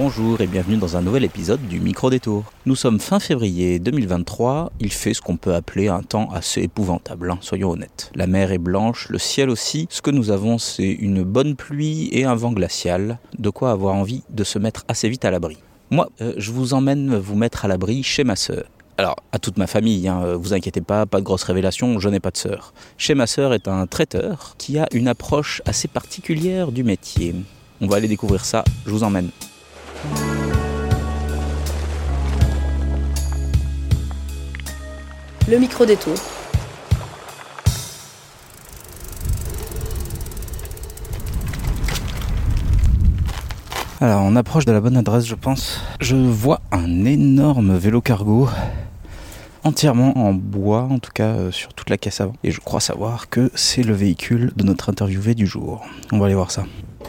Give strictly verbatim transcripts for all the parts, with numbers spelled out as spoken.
Bonjour et bienvenue dans un nouvel épisode du Micro-Détour. Nous sommes fin février deux mille vingt-trois, il fait ce qu'on peut appeler un temps assez épouvantable, hein, soyons honnêtes. La mer est blanche, le ciel aussi, ce que nous avons c'est une bonne pluie et un vent glacial, de quoi avoir envie de se mettre assez vite à l'abri. Moi, euh, je vous emmène vous mettre à l'abri chez ma sœur. Alors, à toute ma famille, hein, vous inquiétez pas, pas de grosses révélations, je n'ai pas de sœur. Chez ma sœur est un traiteur qui a une approche assez particulière du métier. On va aller découvrir ça, je vous emmène. Le Micro-Détour. Alors, on approche de la bonne adresse, je pense. Je vois un énorme vélo cargo, entièrement en bois, en tout cas euh, sur toute la caisse avant. Et je crois savoir que c'est le véhicule de notre interviewé du jour. On va aller voir ça.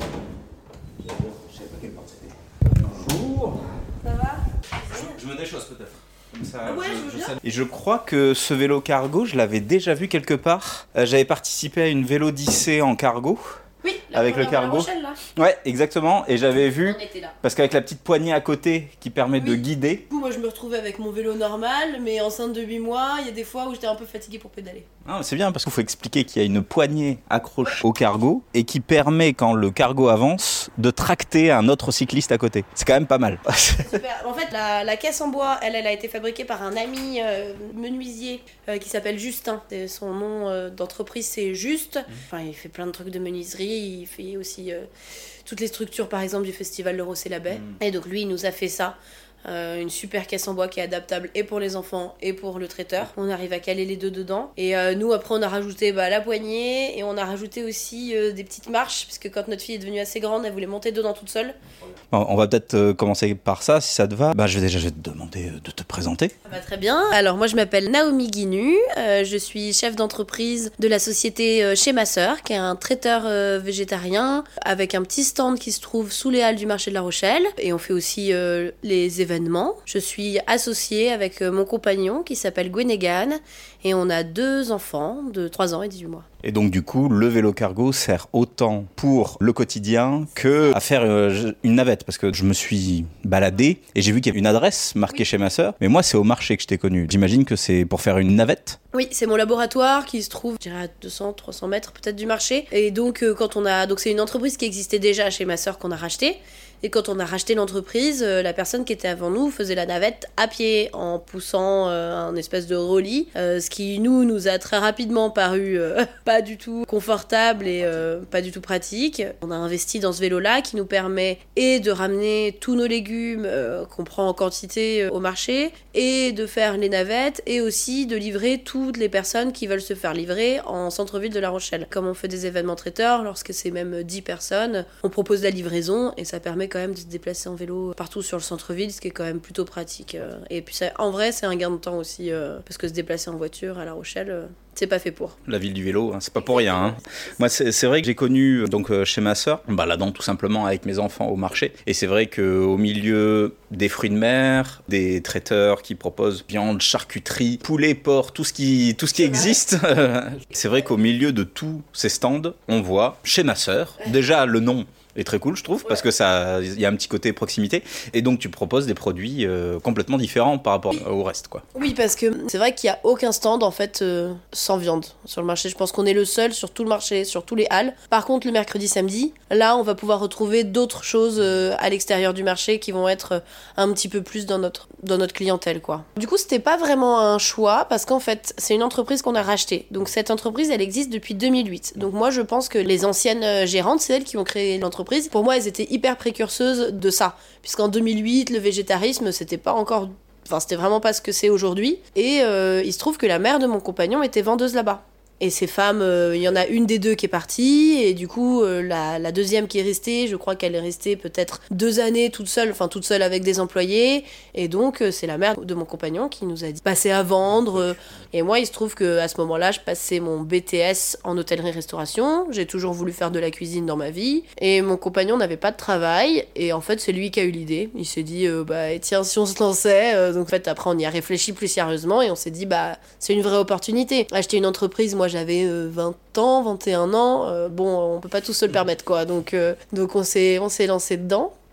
Bonjour. Ça va ? Je me déchausse peut-être. Comme ça, Ah ouais, je veux bien. Et je crois que ce vélo cargo, je l'avais déjà vu quelque part. Euh, j'avais participé à une vélodicée en cargo. Oui, Avec le cargo. La Rochelle, là. Ouais, exactement. Et j'avais vu, On était là. parce qu'avec la petite poignée à côté qui permet de Oui. guider. Du coup, moi je me retrouvais avec mon vélo normal, mais enceinte de huit mois, il y a des fois où j'étais un peu fatiguée pour pédaler. Ah, c'est bien parce qu'il faut expliquer qu'il y a une poignée accrochée au cargo et qui permet, quand le cargo avance, de tracter un autre cycliste à côté. C'est quand même pas mal. Super. En fait, la, la caisse en bois, elle, elle a été fabriquée par un ami euh, menuisier euh, qui s'appelle Justin. Et son nom euh, d'entreprise, c'est Juste. Enfin, il fait plein de trucs de menuiserie. Il fait aussi euh, toutes les structures, par exemple, du festival Le Rosset-la-Baie. Mm. Et donc, lui, il nous a fait ça. Euh, une super caisse en bois qui est adaptable et pour les enfants et pour le traiteur. On arrive à caler les deux dedans. Et euh, nous, après, on a rajouté bah, la poignée et on a rajouté aussi euh, des petites marches, puisque quand notre fille est devenue assez grande, elle voulait monter dedans toute seule. Bon, on va peut-être euh, commencer par ça, si ça te va. Bah, je vais déjà je vais te demander de te présenter. Ah bah, très bien. Alors, moi, je m'appelle Naomi Guinu. Euh, je suis chef d'entreprise de la société euh, Chez ma sœur, qui est un traiteur euh, végétarien avec un petit stand qui se trouve sous les halles du marché de La Rochelle. Et on fait aussi euh, les événements. Je suis associée avec mon compagnon qui s'appelle Gwenegan et on a deux enfants de trois ans et dix-huit mois. Et donc du coup, le vélo cargo sert autant pour le quotidien que à faire euh, une navette. Parce que je me suis baladé et j'ai vu qu'il y avait une adresse marquée oui. Chez ma sœur. Mais moi, c'est au marché que je t'ai connu. J'imagine que c'est pour faire une navette. Oui, c'est mon laboratoire qui se trouve, je dirais, à deux cents, trois cents mètres peut-être du marché. Et donc, euh, quand on a, donc c'est une entreprise qui existait déjà chez ma sœur qu'on a rachetée. Et quand on a racheté l'entreprise, euh, la personne qui était avant nous faisait la navette à pied en poussant euh, un espèce de rolly, euh, ce qui nous nous a très rapidement paru euh, pas du tout confortable et euh, pas du tout pratique. On a investi dans ce vélo-là qui nous permet et de ramener tous nos légumes euh, qu'on prend en quantité euh, au marché et de faire les navettes et aussi de livrer toutes les personnes qui veulent se faire livrer en centre-ville de La Rochelle. Comme on fait des événements traiteurs, lorsque c'est même dix personnes, on propose la livraison et ça permet quand même de se déplacer en vélo partout sur le centre-ville, ce qui est quand même plutôt pratique. Et puis ça, en vrai, c'est un gain de temps aussi, euh, parce que se déplacer en voiture à La Rochelle, euh, c'est pas fait pour. La ville du vélo, hein, c'est pas pour rien. Hein. Moi, c'est, c'est vrai que j'ai connu donc euh, chez ma sœur, en baladant tout simplement avec mes enfants au marché. Et c'est vrai qu'au milieu des fruits de mer, des traiteurs qui proposent viande, charcuterie, poulet, porc, tout ce qui, tout ce qui existe, c'est vrai qu'au milieu de tous ces stands, on voit chez ma sœur, déjà le nom est très cool, je trouve, ouais. Parce que ça, il y a un petit côté proximité, et donc tu proposes des produits euh, complètement différents par rapport oui. au reste, quoi. Oui, parce que c'est vrai qu'il y a aucun stand en fait euh, sans viande sur le marché. Je pense qu'on est le seul sur tout le marché, sur tous les halles. Par contre, le mercredi, samedi, là, on va pouvoir retrouver d'autres choses euh, à l'extérieur du marché qui vont être euh, un petit peu plus dans notre dans notre clientèle, quoi. Du coup, c'était pas vraiment un choix parce qu'en fait, c'est une entreprise qu'on a rachetée. Donc cette entreprise, elle existe depuis deux mille huit. Donc moi, je pense que les anciennes gérantes, c'est elles qui ont créé l'entreprise. Pour moi, elles étaient hyper précurseuses de ça. Puisqu'en deux mille huit, le végétarisme, c'était pas encore... Enfin, c'était vraiment pas ce que c'est aujourd'hui. Et euh, il se trouve que la mère de mon compagnon était vendeuse là-bas. Et ces femmes, il euh, y en a une des deux qui est partie, et du coup, euh, la, la deuxième qui est restée, je crois qu'elle est restée peut-être deux années toute seule, enfin toute seule avec des employés, et donc euh, c'est la mère de mon compagnon qui nous a dit passer à vendre, euh, et moi il se trouve qu'à ce moment-là, je passais mon B T S en hôtellerie-restauration, j'ai toujours voulu faire de la cuisine dans ma vie, et mon compagnon n'avait pas de travail, et en fait c'est lui qui a eu l'idée, il s'est dit, euh, bah tiens, si on se lançait, euh, donc en fait après on y a réfléchi plus sérieusement, et on s'est dit, bah c'est une vraie opportunité, acheter une entreprise, moi j'avais euh, vingt ans, vingt et un ans, euh, bon, on peut pas tous se le permettre, quoi. Donc, euh, donc on s'est, on s'est lancé dedans.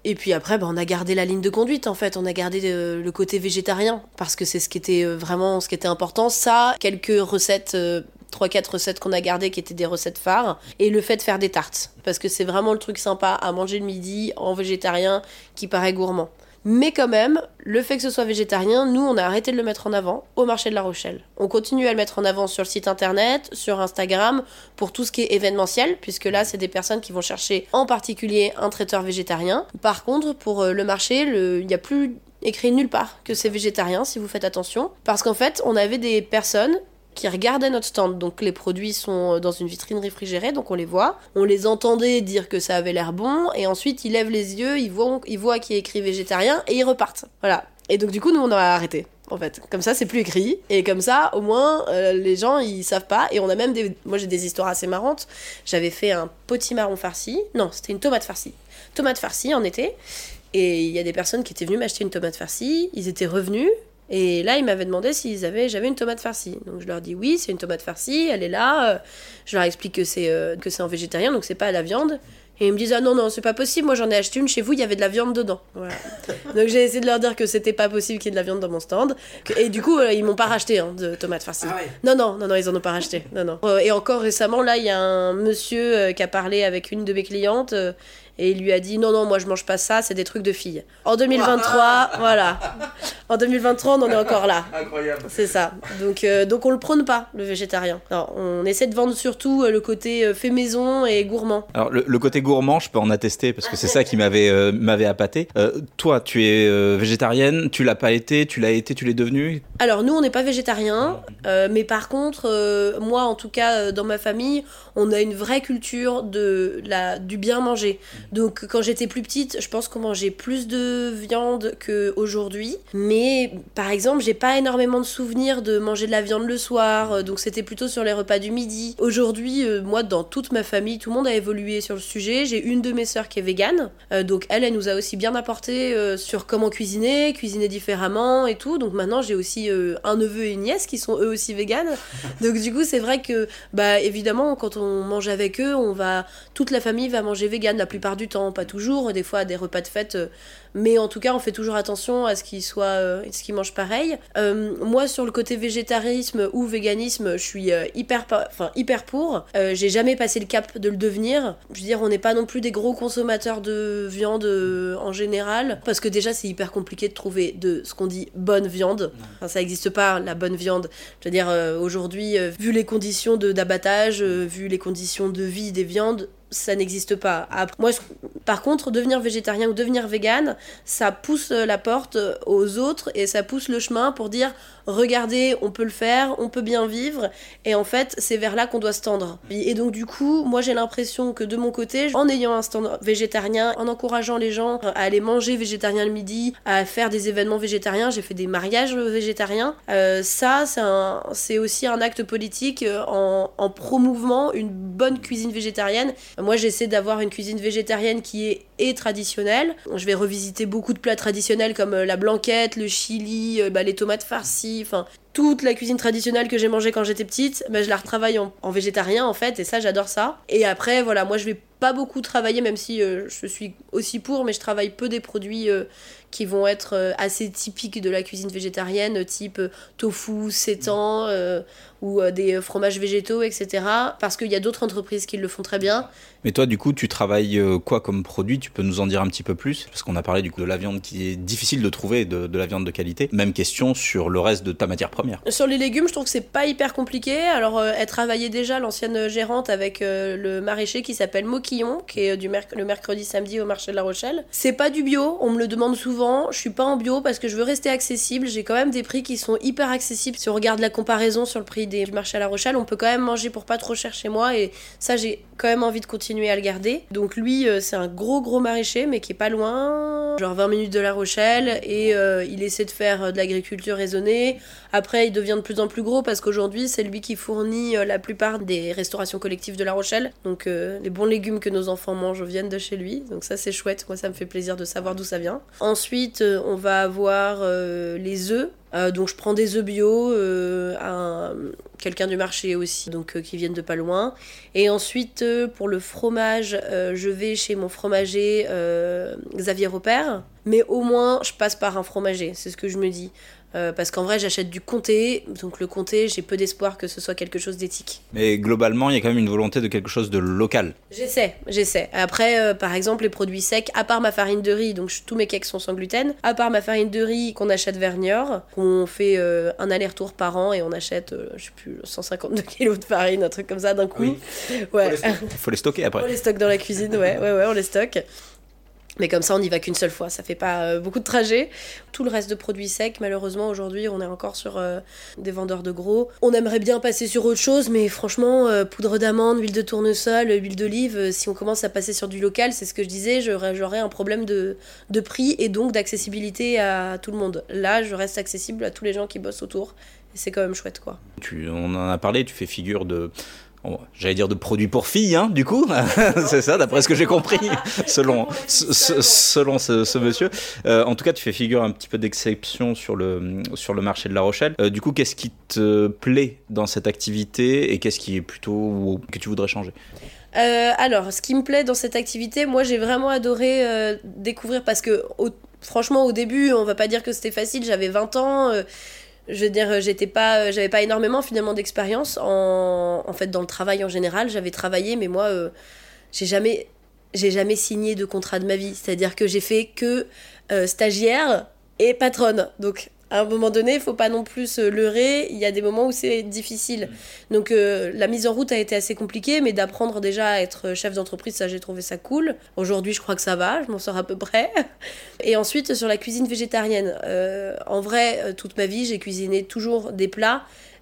Et puis après, bah, on a gardé la ligne de conduite, en fait. On a gardé euh, le côté végétarien, parce que c'est ce qui était euh, vraiment ce qui était important. Ça, quelques recettes... Euh, trois quatre recettes qu'on a gardées qui étaient des recettes phares, et le fait de faire des tartes, parce que c'est vraiment le truc sympa à manger le midi en végétarien qui paraît gourmand. Mais quand même, le fait que ce soit végétarien, nous, on a arrêté de le mettre en avant au marché de La Rochelle. On continue à le mettre en avant sur le site internet, sur Instagram, pour tout ce qui est événementiel, puisque là, c'est des personnes qui vont chercher en particulier un traiteur végétarien. Par contre, pour le marché, le... il n'y a plus écrit nulle part que c'est végétarien, si vous faites attention, parce qu'en fait, on avait des personnes qui regardaient notre stand. Donc les produits sont dans une vitrine réfrigérée, donc on les voit. On les entendait dire que ça avait l'air bon, et ensuite ils lèvent les yeux, ils voient, ils voient qu'il y a écrit végétarien, et ils repartent. Voilà. Et donc du coup, nous, on a arrêté, en fait. Comme ça, c'est plus écrit, et comme ça, au moins, euh, les gens, ils savent pas. Et on a même des... Moi, j'ai des histoires assez marrantes. J'avais fait un potimarron farci. Non, c'était une tomate farcie. Tomate farcie en été. Et il y a des personnes qui étaient venues m'acheter une tomate farcie. Ils étaient revenus. Et là, ils m'avaient demandé si avaient, j'avais une tomate farcie. Donc je leur dis oui, c'est une tomate farcie, elle est là. Je leur explique que c'est, euh, que c'est en végétarien, donc c'est pas à la viande. Et ils me disent ah non, non, c'est pas possible, moi j'en ai acheté une chez vous, il y avait de la viande dedans. Voilà. Donc j'ai essayé de leur dire que c'était pas possible qu'il y ait de la viande dans mon stand. Et du coup, euh, ils m'ont pas racheté hein, de tomates farcies. Ah ouais. Non, non, non, non, ils en ont pas racheté. Non, non. Euh, et encore récemment, là, il y a un monsieur euh, qui a parlé avec une de mes clientes. Euh, Et il lui a dit non, non, moi je mange pas ça, c'est des trucs de filles. En deux mille vingt-trois, voilà. En deux mille vingt-trois, on en est encore là. Incroyable. C'est ça. Donc, euh, donc on le prône pas, le végétarien. Alors, on essaie de vendre surtout le côté fait maison et gourmand. Alors, le, le côté gourmand, je peux en attester parce que c'est ça qui m'avait, euh, m'avait appâté. Euh, toi, tu es euh, végétarienne, tu l'as pas été, tu l'as été, tu l'es devenue ? Alors, nous, on n'est pas végétarien, euh, mais par contre, euh, moi, en tout cas, dans ma famille, on a une vraie culture de la, du bien manger. Donc quand j'étais plus petite, je pense qu'on mangeait plus de viande qu'aujourd'hui. Mais par exemple, j'ai pas énormément de souvenirs de manger de la viande le soir, donc c'était plutôt sur les repas du midi. Aujourd'hui, euh, moi, dans toute ma famille, tout le monde a évolué sur le sujet. J'ai une de mes sœurs qui est végane, euh, donc elle, elle nous a aussi bien apporté euh, sur comment cuisiner, cuisiner différemment et tout. Donc maintenant, j'ai aussi euh, un neveu et une nièce qui sont eux aussi véganes. Donc du coup, c'est vrai que, bah évidemment, quand on mange avec eux, on va, toute la famille va manger végane la plupart du temps, pas toujours, des fois à des repas de fête, euh, mais en tout cas on fait toujours attention à ce qu'ils soient, euh, ce qu'ils mangent pareil. Euh, moi sur le côté végétarisme ou véganisme, je suis euh, hyper, enfin hyper pour. Euh, j'ai jamais passé le cap de le devenir. Je veux dire, on n'est pas non plus des gros consommateurs de viande euh, en général, parce que déjà c'est hyper compliqué de trouver de ce qu'on dit bonne viande. Enfin, ça n'existe pas la bonne viande. Je veux dire euh, aujourd'hui, euh, vu les conditions de d'abattage, euh, vu les conditions de vie des viandes, ça n'existe pas. Après, moi, je, par contre, devenir végétarien ou devenir végane, ça pousse la porte aux autres et ça pousse le chemin pour dire regardez, on peut le faire, on peut bien vivre, et en fait, c'est vers là qu'on doit se tendre. Et donc, du coup, moi, j'ai l'impression que de mon côté, en ayant un stand végétarien, en encourageant les gens à aller manger végétarien le midi, à faire des événements végétariens, j'ai fait des mariages végétariens, euh, ça, c'est, un, c'est aussi un acte politique en, en promouvant une bonne cuisine végétarienne. Moi, j'essaie d'avoir une cuisine végétarienne qui est et traditionnelle. Je vais revisiter beaucoup de plats traditionnels comme la blanquette, le chili, bah, les tomates farcies, enfin toute la cuisine traditionnelle que j'ai mangée quand j'étais petite, bah, je la retravaille en, en végétarien en fait, et ça j'adore ça. Et après voilà, moi je vais pas beaucoup travailler, même si euh, je suis aussi pour, mais je travaille peu des produits euh, qui vont être euh, assez typiques de la cuisine végétarienne, type euh, tofu, seitan, euh, ou euh, des fromages végétaux, et cetera. Parce qu'il y a d'autres entreprises qui le font très bien. Mais toi, du coup, tu travailles euh, quoi comme produit ? Tu peux nous en dire un petit peu plus ? Parce qu'on a parlé du coup de la viande qui est difficile de trouver, de, de la viande de qualité. Même question sur le reste de ta matière première. Sur les légumes, je trouve que c'est pas hyper compliqué. Alors, euh, elle travaillait déjà, l'ancienne gérante, avec euh, le maraîcher qui s'appelle Moquillon, qui est du merc- le mercredi samedi au marché de La Rochelle. C'est pas du bio, on me le demande souvent. Je suis pas en bio parce que je veux rester accessible. J'ai quand même des prix qui sont hyper accessibles. Si on regarde la comparaison sur le prix des, du marché à La Rochelle, on peut quand même manger pour pas trop cher chez moi, et ça, j'ai quand même envie de continuer à le garder. Donc lui, euh, c'est un gros gros maraîcher, mais qui est pas loin, genre vingt minutes de La Rochelle, et euh, il essaie de faire de l'agriculture raisonnée. Après, il devient de plus en plus gros parce qu'aujourd'hui, c'est lui qui fournit euh, la plupart des restaurations collectives de La Rochelle. Donc euh, les bons légumes que nos enfants mangent viennent de chez lui. Donc ça, c'est chouette. Moi, ça me fait plaisir de savoir d'où ça vient. Ensuite, euh, on va avoir euh, les œufs. Euh, donc je prends des œufs bio euh, à quelqu'un du marché aussi, donc euh, qui viennent de pas loin. Et ensuite, euh, pour le fromage, euh, je vais chez mon fromager euh, Xavier Robert. Mais au moins, je passe par un fromager, c'est ce que je me dis. Euh, parce qu'en vrai, j'achète du comté, donc le comté, j'ai peu d'espoir que ce soit quelque chose d'éthique. Mais globalement, il y a quand même une volonté de quelque chose de local. J'essaie, j'essaie. Après, euh, par exemple, les produits secs, à part ma farine de riz, donc je- tous mes cakes sont sans gluten, à part ma farine de riz qu'on achète vers Niort, qu'on fait euh, un aller-retour par an et on achète, euh, je sais plus, cent cinquante-deux kilos de farine, un truc comme ça d'un coup. Oui. Ouais. Faut les, sto- faut les stocker après. On les stocke dans la cuisine, ouais, ouais, ouais, on les stocke. Mais comme ça, on n'y va qu'une seule fois, ça fait pas euh, beaucoup de trajets. Tout le reste de produits secs, malheureusement, aujourd'hui, on est encore sur euh, des vendeurs de gros. On aimerait bien passer sur autre chose, mais franchement, euh, poudre d'amande, huile de tournesol, huile d'olive, euh, si on commence à passer sur du local, c'est ce que je disais, j'aurais, j'aurais un problème de, de prix et donc d'accessibilité à tout le monde. Là, je reste accessible à tous les gens qui bossent autour, et c'est quand même chouette, quoi. Tu, on en a parlé, tu fais figure de... Bon, j'allais dire de produits pour filles, hein, du coup, c'est ça, d'après ce que j'ai compris, selon, se- selon ce, ce monsieur. Euh, en tout cas, tu fais figure un petit peu d'exception sur le, sur le marché de La Rochelle. Euh, du coup, qu'est-ce qui te plaît dans cette activité et qu'est-ce qui est plutôt que tu voudrais changer ? Euh, alors, ce qui me plaît dans cette activité, moi j'ai vraiment adoré euh, découvrir parce que au- franchement au début, on va pas dire que c'était facile, j'avais vingt ans, euh, je veux dire, j'étais pas, j'avais pas énormément finalement d'expérience en, en fait dans le travail en général, j'avais travaillé mais moi euh, j'ai jamais, j'ai jamais signé de contrat de ma vie, c'est-à-dire que j'ai fait que euh, stagiaire et patronne, donc à un moment donné, il faut pas non plus se leurrer, il y a des moments où c'est difficile. Donc euh, la mise en route a été assez compliquée, mais d'apprendre déjà à être chef d'entreprise, ça j'ai trouvé ça cool. Aujourd'hui, je crois que ça va, je m'en sors à peu près. Et ensuite, sur la cuisine végétarienne, euh, en vrai, euh, toute ma vie, j'ai cuisiné toujours des plats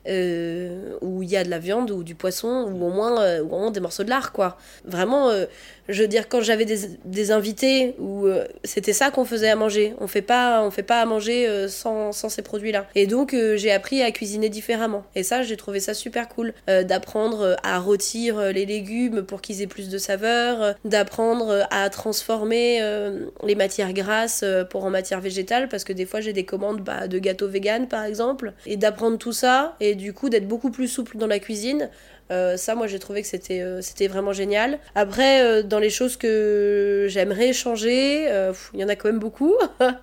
euh, où il y a de la viande ou du poisson ou au moins, euh, ou au moins des morceaux de lard, quoi. Vraiment, euh, je veux dire, quand j'avais des, des invités, où euh, c'était ça qu'on faisait à manger. On fait pas, on fait pas à manger euh, sans, sans ces produits-là. Et donc, euh, j'ai appris à cuisiner différemment. Et ça, j'ai trouvé ça super cool. Euh, d'apprendre à rôtir euh, les légumes pour qu'ils aient plus de saveur, euh, d'apprendre euh, à transformer euh, les matières grasses euh, pour en matière végétale, parce que des fois, j'ai des commandes bah, de gâteaux vegan, par exemple. Et d'apprendre tout ça, et du coup, d'être beaucoup plus souple dans la cuisine. Euh, ça, moi, j'ai trouvé que c'était, euh, c'était vraiment génial. Après, euh, dans les choses que j'aimerais changer, euh, pff, il y en a quand même beaucoup.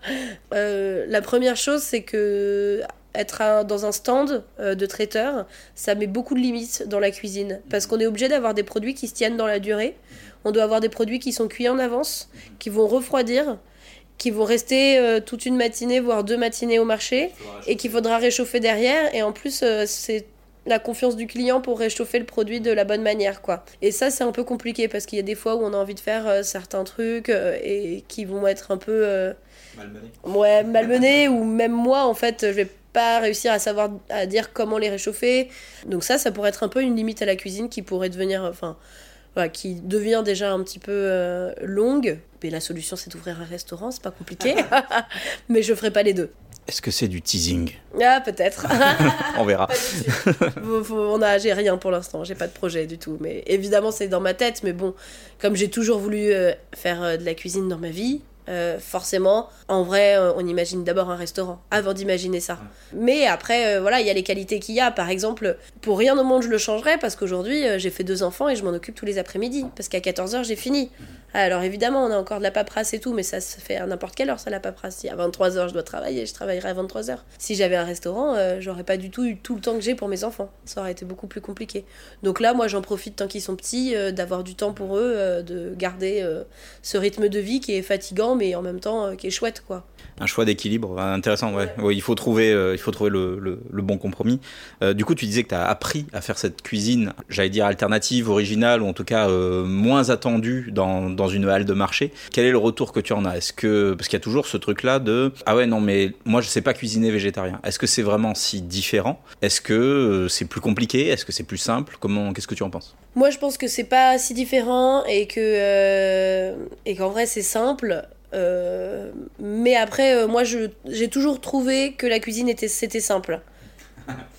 euh, la première chose, c'est que être à- dans un stand euh, de traiteur, ça met beaucoup de limites dans la cuisine. Parce qu'on est obligé d'avoir des produits qui se tiennent dans la durée. On doit avoir des produits qui sont cuits en avance, qui vont refroidir, qui vont rester euh, toute une matinée, voire deux matinées au marché, et qu'il faudra réchauffer derrière. Et en plus, euh, c'est la confiance du client pour réchauffer le produit de la bonne manière, quoi. Et ça, c'est un peu compliqué parce qu'il y a des fois où on a envie de faire euh, certains trucs euh, et qui vont être un peu euh, Malmené. ouais, malmenés, ou même moi, en fait, je vais pas réussir à savoir à dire comment les réchauffer. Donc ça, ça pourrait être un peu une limite à la cuisine qui pourrait devenir, enfin, voilà, qui devient déjà un petit peu euh, longue. Mais la solution, c'est d'ouvrir un restaurant, c'est pas compliqué. Mais je ferai pas les deux. Est-ce que c'est du teasing ? Ah, peut-être. On verra. Faut- faut- on a, j'ai rien pour l'instant, j'ai pas de projet du tout. Mais évidemment, c'est dans ma tête. Mais bon, comme j'ai toujours voulu euh, faire euh, de la cuisine dans ma vie, euh, forcément, en vrai, euh, on imagine d'abord un restaurant avant d'imaginer ça. Mais après, euh, voilà, il y a les qualités qu'il y a. Par exemple, pour rien au monde, je le changerais parce qu'aujourd'hui, euh, j'ai fait deux enfants et je m'en occupe tous les après-midi. Parce qu'à quatorze heures, j'ai fini. Alors évidemment, on a encore de la paperasse et tout, mais ça se fait à n'importe quelle heure, ça, la paperasse. Si à vingt-trois heures, je dois travailler, je travaillerai à vingt-trois heures. Si j'avais un restaurant, euh, j'aurais pas du tout eu tout le temps que j'ai pour mes enfants. Ça aurait été beaucoup plus compliqué. Donc là, moi, j'en profite tant qu'ils sont petits, euh, d'avoir du temps pour eux, euh, de garder euh, ce rythme de vie qui est fatigant, mais en même temps, euh, qui est chouette, quoi. Un choix d'équilibre intéressant, ouais. Ouais, il faut trouver, euh, il faut trouver le, le, le bon compromis. Euh, du coup, tu disais que tu as appris à faire cette cuisine, j'allais dire alternative, originale, ou en tout cas euh, moins attendue dans, dans une halle de marché. Quel est le retour que tu en as ? Est-ce que, parce qu'il y a toujours ce truc-là de « Ah ouais, non, mais moi, je sais pas cuisiner végétarien ». Est-ce que c'est vraiment si différent ? Est-ce que euh, c'est plus compliqué ? Est-ce que c'est plus simple ? Comment, qu'est-ce que tu en penses ? Moi, je pense que c'est pas si différent et que euh, et qu'en vrai, c'est simple. Euh, mais après, euh, moi, je, j'ai toujours trouvé que la cuisine était, c'était simple. Non,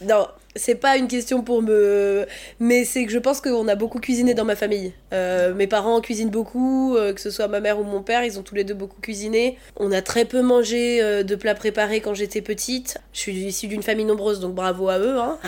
C'est pas une question pour me... Mais c'est que je pense qu'on a beaucoup cuisiné dans ma famille. Euh, mes parents cuisinent beaucoup, euh, que ce soit ma mère ou mon père, ils ont tous les deux beaucoup cuisiné. On a très peu mangé euh, de plats préparés quand j'étais petite. Je suis issue d'une famille nombreuse, donc bravo à eux. Hein.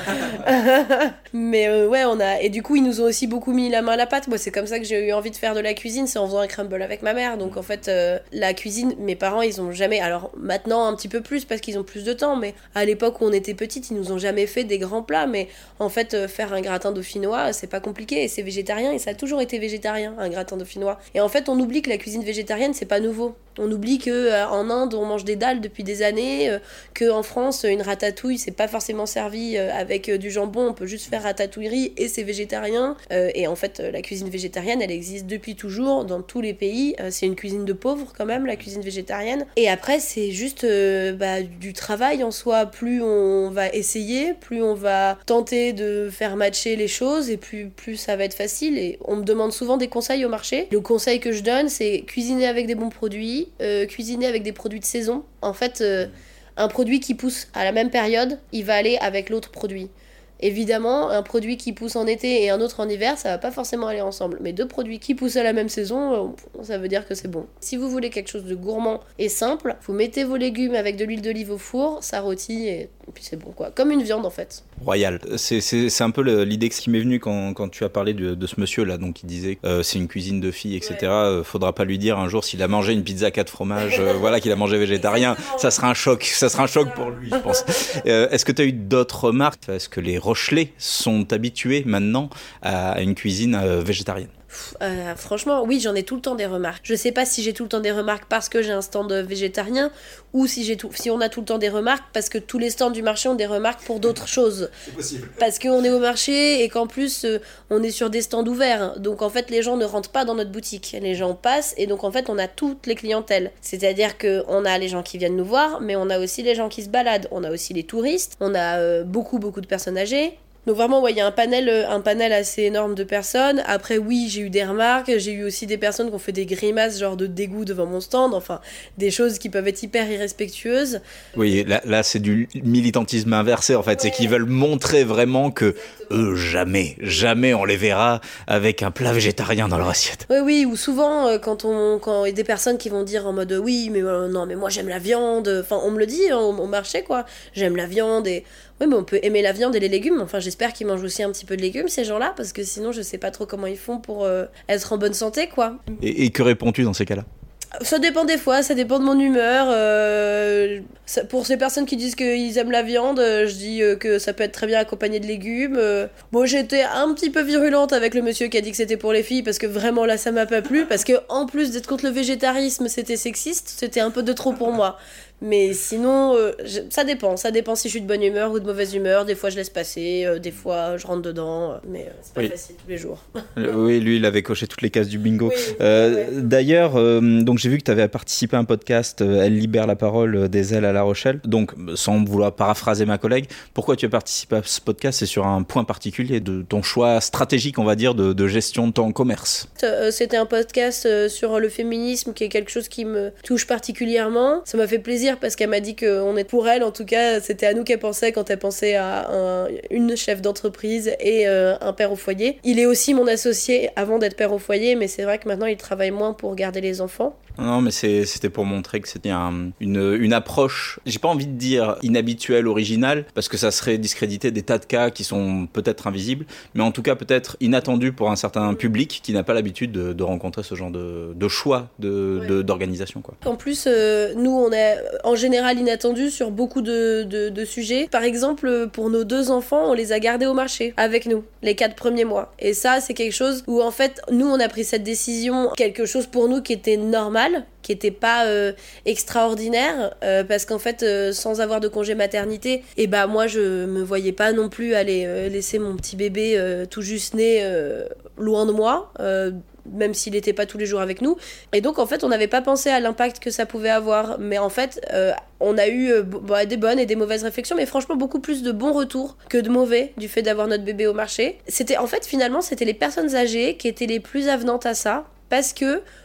Mais euh, ouais, on a... Et du coup, ils nous ont aussi beaucoup mis la main à la pâte. Moi, c'est comme ça que j'ai eu envie de faire de la cuisine, c'est en faisant un crumble avec ma mère. Donc en fait, euh, la cuisine, mes parents, ils ont jamais... Alors maintenant, un petit peu plus, parce qu'ils ont plus de temps, mais à l'époque où on était petite, ils nous ont jamais fait des grands plat, mais en fait euh, faire un gratin dauphinois c'est pas compliqué et c'est végétarien et ça a toujours été végétarien un gratin dauphinois. Et en fait on oublie que la cuisine végétarienne c'est pas nouveau. On oublie que euh, en Inde on mange des dalles depuis des années, euh, que en France une ratatouille c'est pas forcément servi euh, avec euh, du jambon, on peut juste faire ratatouille riz et c'est végétarien. Euh, et en fait euh, la cuisine végétarienne elle existe depuis toujours dans tous les pays. Euh, c'est une cuisine de pauvres quand même la cuisine végétarienne. Et après c'est juste euh, bah, du travail en soi. Plus on va essayer, plus on va tenter de faire matcher les choses et plus, plus ça va être facile. Et on me demande souvent des conseils au marché. Le conseil que je donne c'est cuisiner avec des bons produits, euh, cuisiner avec des produits de saison. En fait euh, un produit qui pousse à la même période il va aller avec l'autre produit. Évidemment, un produit qui pousse en été et un autre en hiver, ça va pas forcément aller ensemble. Mais deux produits qui poussent à la même saison, ça veut dire que c'est bon. Si vous voulez quelque chose de gourmand et simple, vous mettez vos légumes avec de l'huile d'olive au four, ça rôtit et, et puis c'est bon quoi. Comme une viande en fait. Royal. C'est, c'est, c'est un peu le, l'idée qui m'est venue quand, quand tu as parlé de, de ce monsieur là, donc qui disait euh, c'est une cuisine de filles, et cetera. Ouais. Euh, faudra pas lui dire un jour s'il a mangé une pizza quatre fromages, euh, voilà, qu'il a mangé végétarien. Ça sera un choc, ça sera un choc pour lui, je pense. Euh, est-ce que tu as eu d'autres remarques? Est-ce que les Rochelais sont habitués maintenant à une cuisine euh, végétarienne? Euh, franchement, oui, j'en ai tout le temps des remarques. Je sais pas si j'ai tout le temps des remarques parce que j'ai un stand végétarien ou si, j'ai tout, si on a tout le temps des remarques parce que tous les stands du marché ont des remarques pour d'autres choses. C'est possible. Parce qu'on est au marché et qu'en plus, euh, on est sur des stands ouverts. Donc en fait, les gens ne rentrent pas dans notre boutique. Les gens passent et donc en fait, on a toutes les clientèles. C'est-à-dire qu'on a les gens qui viennent nous voir, mais on a aussi les gens qui se baladent. On a aussi les touristes. On a euh, beaucoup, beaucoup de personnes âgées. Donc vraiment, ouais, il y a un panel, un panel assez énorme de personnes. Après, oui, j'ai eu des remarques. J'ai eu aussi des personnes qui ont fait des grimaces, genre de dégoût devant mon stand. Enfin, des choses qui peuvent être hyper irrespectueuses. Oui, là, là c'est du militantisme inversé, en fait. Ouais. C'est qu'ils veulent montrer vraiment que eux, jamais, jamais on les verra avec un plat végétarien dans leur assiette. Oui, oui, ou souvent, euh, quand on, quand il y a des personnes qui vont dire en mode oui, mais euh, non, mais moi j'aime la viande. Enfin, on me le dit hein, au, au marché, quoi. J'aime la viande et... Oui, mais on peut aimer la viande et les légumes. Enfin, j'espère qu'ils mangent aussi un petit peu de légumes, ces gens-là, parce que sinon, je sais pas trop comment ils font pour euh, être en bonne santé, quoi. Et, et que réponds-tu dans ces cas-là ? Ça dépend des fois, ça dépend de mon humeur. Euh, ça, pour ces personnes qui disent qu'ils aiment la viande, euh, je dis euh, que ça peut être très bien accompagné de légumes. Euh, bon, j'étais un petit peu virulente avec le monsieur qui a dit que c'était pour les filles, parce que vraiment là, ça m'a pas plu. Parce que en plus d'être contre le végétarisme, c'était sexiste, c'était un peu de trop pour moi. Mais sinon, euh, je, ça dépend. Ça dépend si je suis de bonne humeur ou de mauvaise humeur. Des fois, je laisse passer. Euh, des fois, je rentre dedans. Euh, mais euh, c'est pas oui. facile tous les jours. Oui, lui, il avait coché toutes les cases du bingo. Oui, euh, ouais. D'ailleurs, euh, donc j'ai vu que tu avais participé à un podcast, euh, Elle libère la parole des ailes à La Rochelle. Donc, sans vouloir paraphraser ma collègue, pourquoi tu as participé à ce podcast ? C'est sur un point particulier de ton choix stratégique, on va dire, de, de gestion de ton commerce. C'était un podcast sur le féminisme qui est quelque chose qui me touche particulièrement. Ça m'a fait plaisir parce qu'elle m'a dit qu'on est pour elle, en tout cas c'était à nous qu'elle pensait quand elle pensait à un, une chef d'entreprise et euh, un père au foyer. Il est aussi mon associé avant d'être père au foyer, mais c'est vrai que maintenant il travaille moins pour garder les enfants. Non, mais c'est, c'était pour montrer que c'était un, une, une approche, j'ai pas envie de dire inhabituelle, originale, parce que ça serait discréditer des tas de cas qui sont peut-être invisibles, mais en tout cas peut-être inattendus pour un certain public qui n'a pas l'habitude de, de rencontrer ce genre de, de choix de, ouais. de, d'organisation, quoi. En plus, euh, nous, on est en général inattendus sur beaucoup de, de, de sujets. Par exemple, pour nos deux enfants, on les a gardés au marché avec nous, les quatre premiers mois. Et ça, c'est quelque chose où, en fait, nous, on a pris cette décision, quelque chose pour nous qui était normal, qui était pas euh, extraordinaire euh, parce qu'en fait euh, sans avoir de congé maternité et bah moi je me voyais pas non plus aller euh, laisser mon petit bébé euh, tout juste né euh, loin de moi euh, même s'il n'était pas tous les jours avec nous. Et donc, en fait, on n'avait pas pensé à l'impact que ça pouvait avoir. Mais en fait, euh, on a eu euh, bah, des bonnes et des mauvaises réflexions, mais franchement, beaucoup plus de bons retours que de mauvais du fait d'avoir notre bébé au marché. C'était, en fait, finalement, c'était les personnes âgées qui étaient les plus avenantes à ça, parce que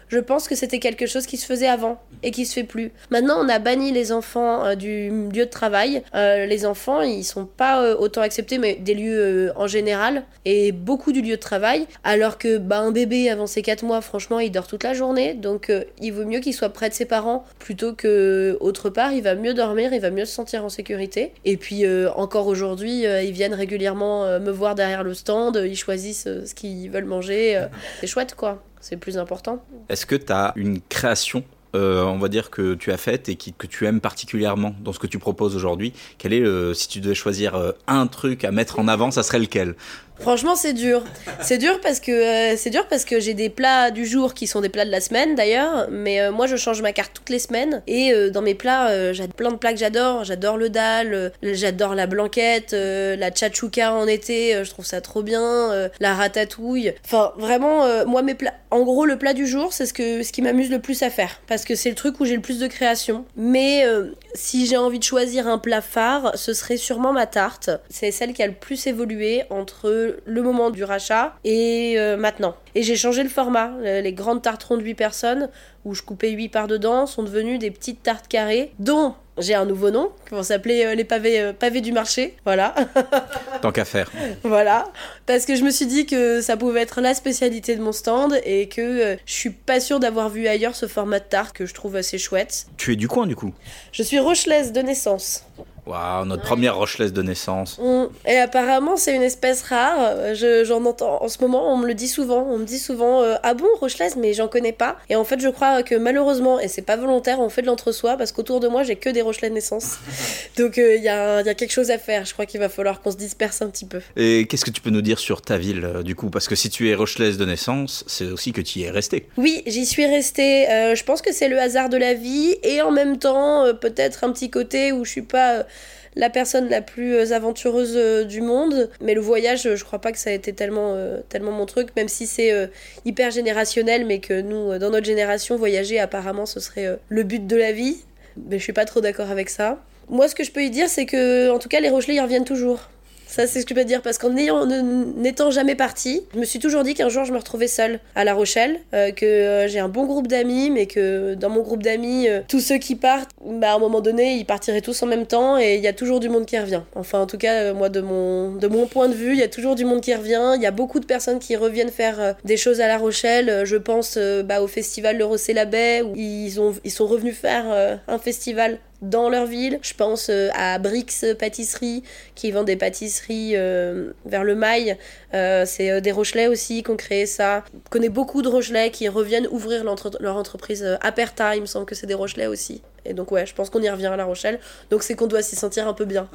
je pense que c'était quelque chose qui se faisait avant et qui se fait plus. Maintenant, on a banni les enfants euh, du lieu de travail. Euh, les enfants, ils sont pas euh, autant acceptés, mais des lieux euh, en général, et beaucoup du lieu de travail, alors que bah, un bébé avant ses quatre mois, franchement, il dort toute la journée, donc euh, il vaut mieux qu'il soit près de ses parents plutôt que autre part. Il va mieux dormir, il va mieux se sentir en sécurité. Et puis euh, encore aujourd'hui, euh, ils viennent régulièrement euh, me voir derrière le stand, ils choisissent euh, ce qu'ils veulent manger. Euh, c'est chouette, quoi. C'est le plus important. Est-ce que tu as une création, euh, on va dire, que tu as faite et qui, que tu aimes particulièrement dans ce que tu proposes aujourd'hui? Quel est le, si tu devais choisir euh, un truc à mettre en avant, ça serait lequel? Franchement, c'est dur. C'est dur parce que euh, c'est dur parce que j'ai des plats du jour qui sont des plats de la semaine d'ailleurs, mais euh, moi je change ma carte toutes les semaines et euh, dans mes plats, euh, j'ai plein de plats que j'adore. J'adore le dal, euh, j'adore la blanquette, euh, la tchatchouka en été, euh, je trouve ça trop bien, euh, la ratatouille. Enfin, vraiment, euh, moi mes plats, en gros le plat du jour, c'est ce que ce qui m'amuse le plus à faire parce que c'est le truc où j'ai le plus de création. Mais euh, si j'ai envie de choisir un plat phare, ce serait sûrement ma tarte. C'est celle qui a le plus évolué entre le moment du rachat et euh, maintenant. Et j'ai changé le format. Les grandes tartes rondes de huit personnes, où je coupais huit parts dedans, sont devenues des petites tartes carrées, dont j'ai un nouveau nom, qui va s'appeler euh, les pavés, euh, pavés du marché. Voilà. Tant qu'à faire. Voilà. Parce que je me suis dit que ça pouvait être la spécialité de mon stand et que euh, je suis pas sûre d'avoir vu ailleurs ce format de tarte que je trouve assez chouette. Tu es du coin, du coup? Je suis rochelaise de naissance. Waouh, notre ouais. première rochelaise de naissance. Mmh. Et apparemment, c'est une espèce rare. Je, j'en entends en ce moment, on me le dit souvent. On me dit souvent euh, ah bon, rochelaise, mais j'en connais pas. Et en fait, je crois que malheureusement, et c'est pas volontaire, on fait de l'entre-soi parce qu'autour de moi, j'ai que des rochelais de naissance. Donc il euh, y, y a quelque chose à faire. Je crois qu'il va falloir qu'on se disperse un petit peu. Et qu'est-ce que tu peux nous dire sur ta ville, euh, du coup? Parce que si tu es rochelaise de naissance, c'est aussi que tu y es restée. Oui, j'y suis restée. Euh, je pense que c'est le hasard de la vie et en même temps, euh, peut-être un petit côté où je suis pas. Euh, la personne la plus aventureuse du monde, mais le voyage, je crois pas que ça a été tellement, euh, tellement mon truc, même si c'est euh, hyper générationnel, mais que nous, dans notre génération, voyager, apparemment, ce serait euh, le but de la vie. Mais je suis pas trop d'accord avec ça. Moi, ce que je peux y dire, c'est que, en tout cas, les Rochelais, ils reviennent toujours. Ça, c'est ce que je peux dire, parce qu'en n'étant jamais partie, je me suis toujours dit qu'un jour, je me retrouvais seule à La Rochelle, euh, que euh, j'ai un bon groupe d'amis, mais que dans mon groupe d'amis, euh, tous ceux qui partent, bah, à un moment donné, ils partiraient tous en même temps, et il y a toujours du monde qui revient. Enfin, en tout cas, euh, moi, de mon, de mon point de vue, il y a toujours du monde qui revient. Il y a beaucoup de personnes qui reviennent faire euh, des choses à La Rochelle. Je pense euh, bah, au festival Le Rosset-la-Baie, où ils, ont, ils sont revenus faire euh, un festival dans leur ville. Je pense euh, à Brix Pâtisserie qui vend des pâtisseries euh, vers le Mail. Euh, c'est euh, des Rochelais aussi qui ont créé ça. Je connais beaucoup de Rochelais qui reviennent ouvrir leur entreprise euh, Aperta, il me semble que c'est des Rochelais aussi. Et donc ouais, je pense qu'on y revient à La Rochelle. Donc c'est qu'on doit s'y sentir un peu bien.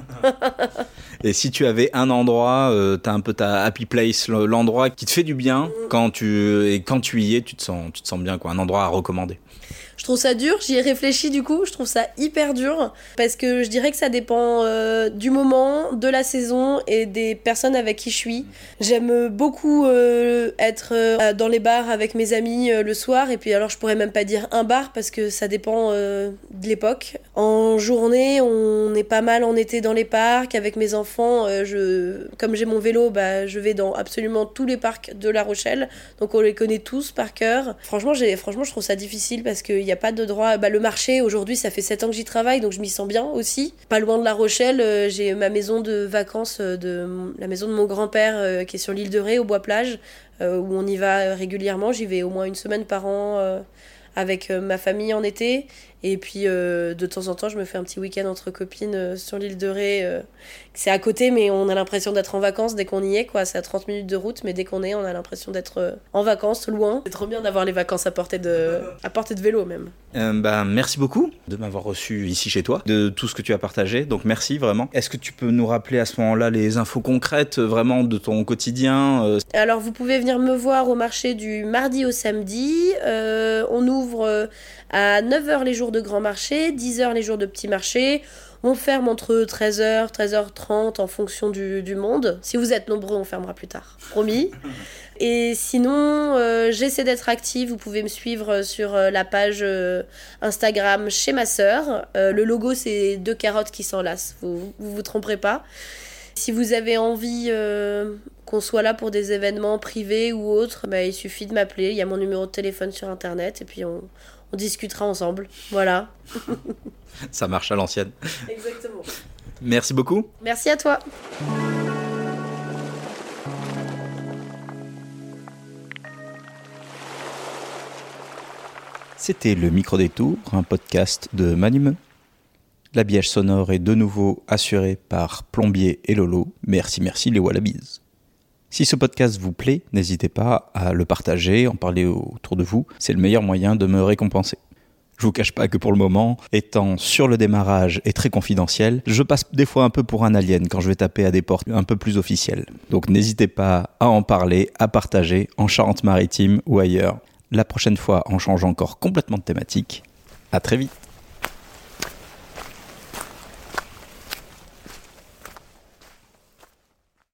Et si tu avais un endroit, euh, t'as un peu ta happy place, l'endroit qui te fait du bien, mmh. quand tu, et quand tu y es, tu te sens, tu te sens bien, quoi. Un endroit à recommander. Je trouve ça dur, j'y ai réfléchi du coup, je trouve ça hyper dur parce que je dirais que ça dépend euh, du moment, de la saison et des personnes avec qui je suis. J'aime beaucoup euh, être euh, dans les bars avec mes amis euh, le soir et puis alors je pourrais même pas dire un bar parce que ça dépend euh, de l'époque. En journée, on est pas mal en été dans les parcs avec mes enfants. Euh, je, comme j'ai mon vélo, bah, je vais dans absolument tous les parcs de La Rochelle, donc on les connaît tous par cœur. Franchement, j'ai, franchement je trouve ça difficile parce qu'il n'y a pas de droit. Bah, le marché, aujourd'hui, ça fait sept ans que j'y travaille, donc je m'y sens bien aussi. Pas loin de La Rochelle, euh, j'ai ma maison de vacances, euh, de, la maison de mon grand-père euh, qui est sur l'île de Ré, au Bois-Plage, euh, où on y va régulièrement. J'y vais au moins une semaine par an euh, avec euh, ma famille en été. Et puis, euh, de temps en temps, je me fais un petit week-end entre copines euh, sur l'île de Ré. Euh, c'est à côté, mais on a l'impression d'être en vacances dès qu'on y est, quoi. C'est à trente minutes de route, mais dès qu'on est, on a l'impression d'être euh, en vacances, loin. C'est trop bien d'avoir les vacances à portée de, à portée de vélo, même. Euh, bah, merci beaucoup de m'avoir reçu ici chez toi, de tout ce que tu as partagé. Donc, merci, vraiment. Est-ce que tu peux nous rappeler à ce moment-là les infos concrètes, vraiment, de ton quotidien euh... Alors, vous pouvez venir me voir au marché du mardi au samedi. Euh, on ouvre... Euh, à neuf heures les jours de grand marché, dix heures les jours de petit marché. On ferme entre treize heures, treize heures trente en fonction du, du monde. Si vous êtes nombreux, on fermera plus tard. Promis. Et sinon, euh, j'essaie d'être active. Vous pouvez me suivre sur euh, la page euh, Instagram chez ma sœur. Euh, le logo, c'est deux carottes qui s'enlacent. Vous, vous vous tromperez pas. Si vous avez envie euh, qu'on soit là pour des événements privés ou autres, bah, il suffit de m'appeler. Il y a mon numéro de téléphone sur internet et puis on, on discutera ensemble. Voilà. Ça marche à l'ancienne. Exactement. Merci beaucoup. Merci à toi. C'était le Micro-Détour, un podcast de Manime. L'habillage sonore est de nouveau assuré par Plombier et Lolo. Merci, merci les Wallabies. Si ce podcast vous plaît, n'hésitez pas à le partager, en parler autour de vous. C'est le meilleur moyen de me récompenser. Je vous cache pas que pour le moment, étant sur le démarrage et très confidentiel, je passe des fois un peu pour un alien quand je vais taper à des portes un peu plus officielles. Donc n'hésitez pas à en parler, à partager en Charente-Maritime ou ailleurs. La prochaine fois, on change encore complètement de thématique. À très vite.